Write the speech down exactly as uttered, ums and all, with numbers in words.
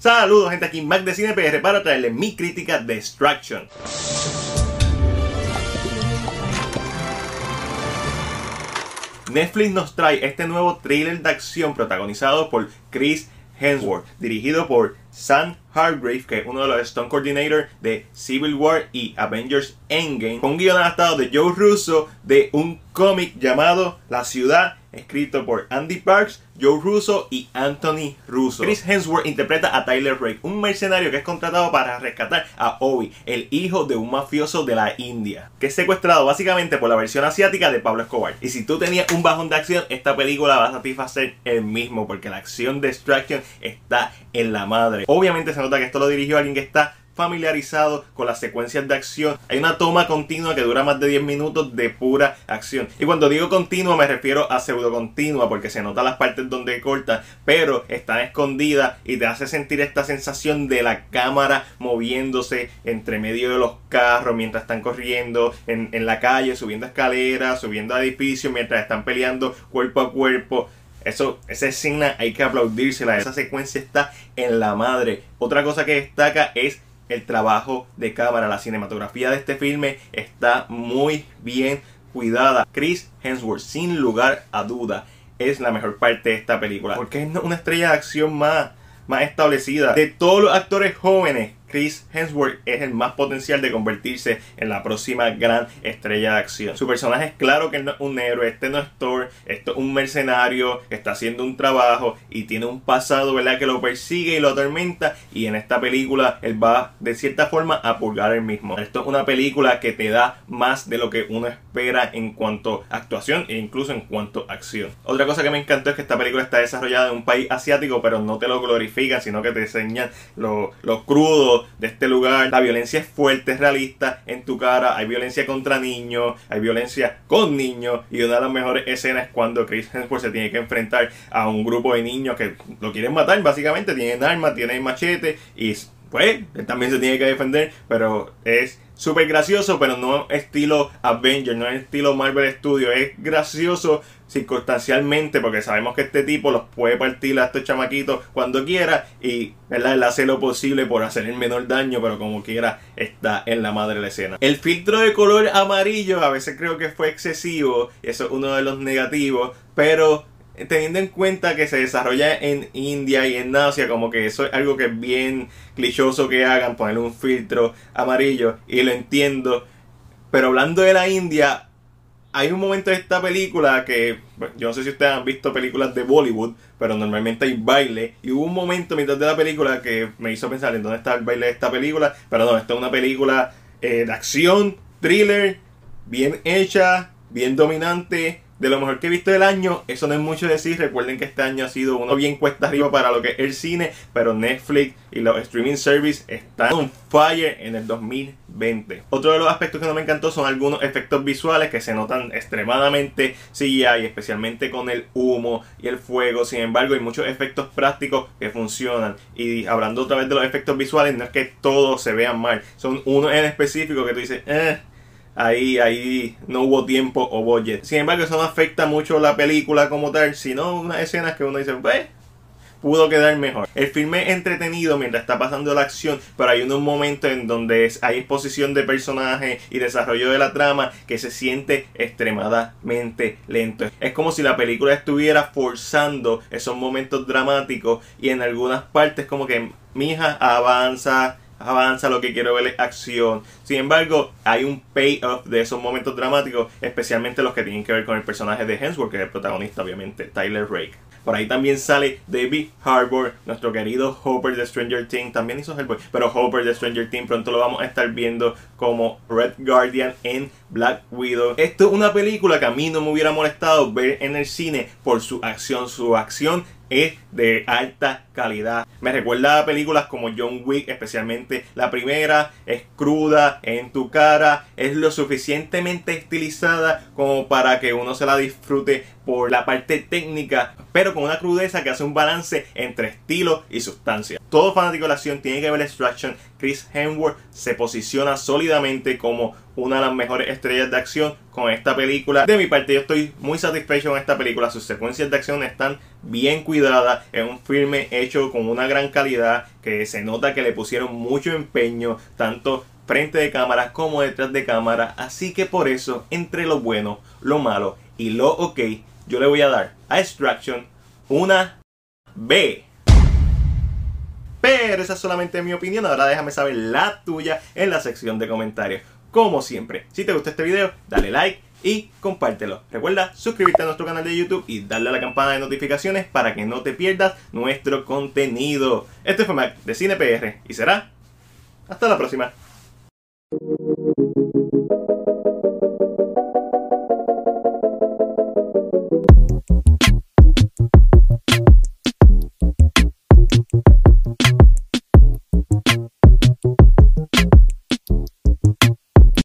Saludos gente, aquí Mac de Cine P R para traerles mi crítica de Extraction. Netflix nos trae este nuevo thriller de acción protagonizado por Chris Hemsworth, dirigido por Sam Hargrave, que es uno de los stunt coordinators de Civil War y Avengers Endgame, con un guion adaptado de Joe Russo de un cómic llamado La Ciudad, escrito por Andy Parks, Joe Russo y Anthony Russo. Chris Hemsworth interpreta a Tyler Rake, un mercenario que es contratado para rescatar a Obi, el hijo de un mafioso de la India, que es secuestrado básicamente por la versión asiática de Pablo Escobar. Y si tú tenías un bajón de acción, esta película va a satisfacer el mismo, porque la acción de Extraction está en la madre. Obviamente se nota que esto lo dirigió alguien que está familiarizado con las secuencias de acción. Hay una toma continua que dura más de diez minutos de pura acción. Y cuando digo continua me refiero a pseudo continua, porque se nota las partes donde corta, pero están escondidas y te hace sentir esta sensación de la cámara moviéndose entre medio de los carros mientras están corriendo en, en la calle, subiendo escaleras, subiendo edificios, mientras están peleando cuerpo a cuerpo. Eso, esa escena hay que aplaudírsela. Esa secuencia está en la madre. Otra cosa que destaca es el trabajo de cámara. La cinematografía de este filme está muy bien cuidada. Chris Hemsworth, sin lugar a duda, es la mejor parte de esta película, porque es una estrella de acción más, más establecida. De todos los actores jóvenes, Chris Hemsworth es el más potencial de convertirse en la próxima gran estrella de acción. Su personaje es claro que él no es un héroe, este no es Thor, esto es un mercenario que está haciendo un trabajo y tiene un pasado, ¿verdad?, que lo persigue y lo atormenta, y en esta película él va de cierta forma a purgar el mismo. Esto es una película que te da más de lo que uno espera en cuanto a actuación e incluso en cuanto a acción. Otra cosa que me encantó es que esta película está desarrollada en un país asiático, pero no te lo glorifican, sino que te enseñan lo, lo crudo de este lugar. La violencia es fuerte, es realista en tu cara. Hay violencia contra niños, hay violencia con niños, y una de las mejores escenas es cuando Chris Hemsworth se tiene que enfrentar a un grupo de niños que lo quieren matar. Básicamente tienen armas, tienen machete, y pues él también se tiene que defender, pero es súper gracioso, pero no estilo Avengers, no es estilo Marvel Studios. Es gracioso circunstancialmente, porque sabemos que este tipo los puede partir a estos chamaquitos cuando quiera, y ¿verdad?, él hace lo posible por hacer el menor daño, pero como quiera está en la madre de la escena. El filtro de color amarillo a veces creo que fue excesivo, eso es uno de los negativos, pero teniendo en cuenta que se desarrolla en India y en Asia, como que eso es algo que es bien clichoso que hagan, ponerle un filtro amarillo, y lo entiendo. Pero hablando de la India, hay un momento de esta película que, bueno, yo no sé si ustedes han visto películas de Bollywood, pero normalmente hay baile, y hubo un momento mientras de la película que me hizo pensar en dónde está el baile de esta película. Pero no, esto es una película eh, de acción, thriller, bien hecha, bien dominante, de lo mejor que he visto del año. Eso no es mucho decir. Recuerden que este año ha sido uno bien cuesta arriba para lo que es el cine, pero Netflix y los streaming services están on fire en el dos mil veinte. Otro de los aspectos que no me encantó son algunos efectos visuales que se notan extremadamente C G I, especialmente con el humo y el fuego. Sin embargo, hay muchos efectos prácticos que funcionan, y hablando otra vez de los efectos visuales, no es que todos se vean mal, son unos en específico que tú dices, eh Ahí, ahí no hubo tiempo o budget. Sin embargo, eso no afecta mucho la película como tal, sino unas escenas que uno dice, pues, pudo quedar mejor. El filme es entretenido mientras está pasando la acción, pero hay unos momentos en donde es, hay exposición de personajes y desarrollo de la trama que se siente extremadamente lento. Es como si la película estuviera forzando esos momentos dramáticos, y en algunas partes como que, mija, avanza, avanza, lo que quiero ver es acción. Sin embargo, hay un payoff de esos momentos dramáticos, especialmente los que tienen que ver con el personaje de Hemsworth, que es el protagonista, obviamente, Tyler Rake. Por ahí también sale David Harbour, nuestro querido Hopper de Stranger Things. También hizo Hellboy, pero Hopper de Stranger Things pronto lo vamos a estar viendo como Red Guardian en Black Widow. Esto es una película que a mí no me hubiera molestado ver en el cine por su acción. Su acción es de alta calidad. Me recuerda a películas como John Wick, especialmente la primera. Es cruda, en tu cara, es lo suficientemente estilizada como para que uno se la disfrute por la parte técnica, pero con una crudeza que hace un balance entre estilo y sustancia. Todo fanático de la acción tiene que ver Extraction. Chris Hemsworth se posiciona sólidamente como una de las mejores estrellas de acción con esta película. De mi parte, yo estoy muy satisfecho con esta película. Sus secuencias de acción están bien cuidada, es un filme hecho con una gran calidad, que se nota que le pusieron mucho empeño, tanto frente de cámara como detrás de cámara, así que por eso, entre lo bueno, lo malo y lo ok, yo le voy a dar a Extraction una B. Pero esa es solamente mi opinión, ahora déjame saber la tuya en la sección de comentarios. Como siempre, si te gustó este video, dale like y compártelo. Recuerda suscribirte a nuestro canal de YouTube y darle a la campana de notificaciones para que no te pierdas nuestro contenido. Este fue Mac de Cine P R y será hasta la próxima.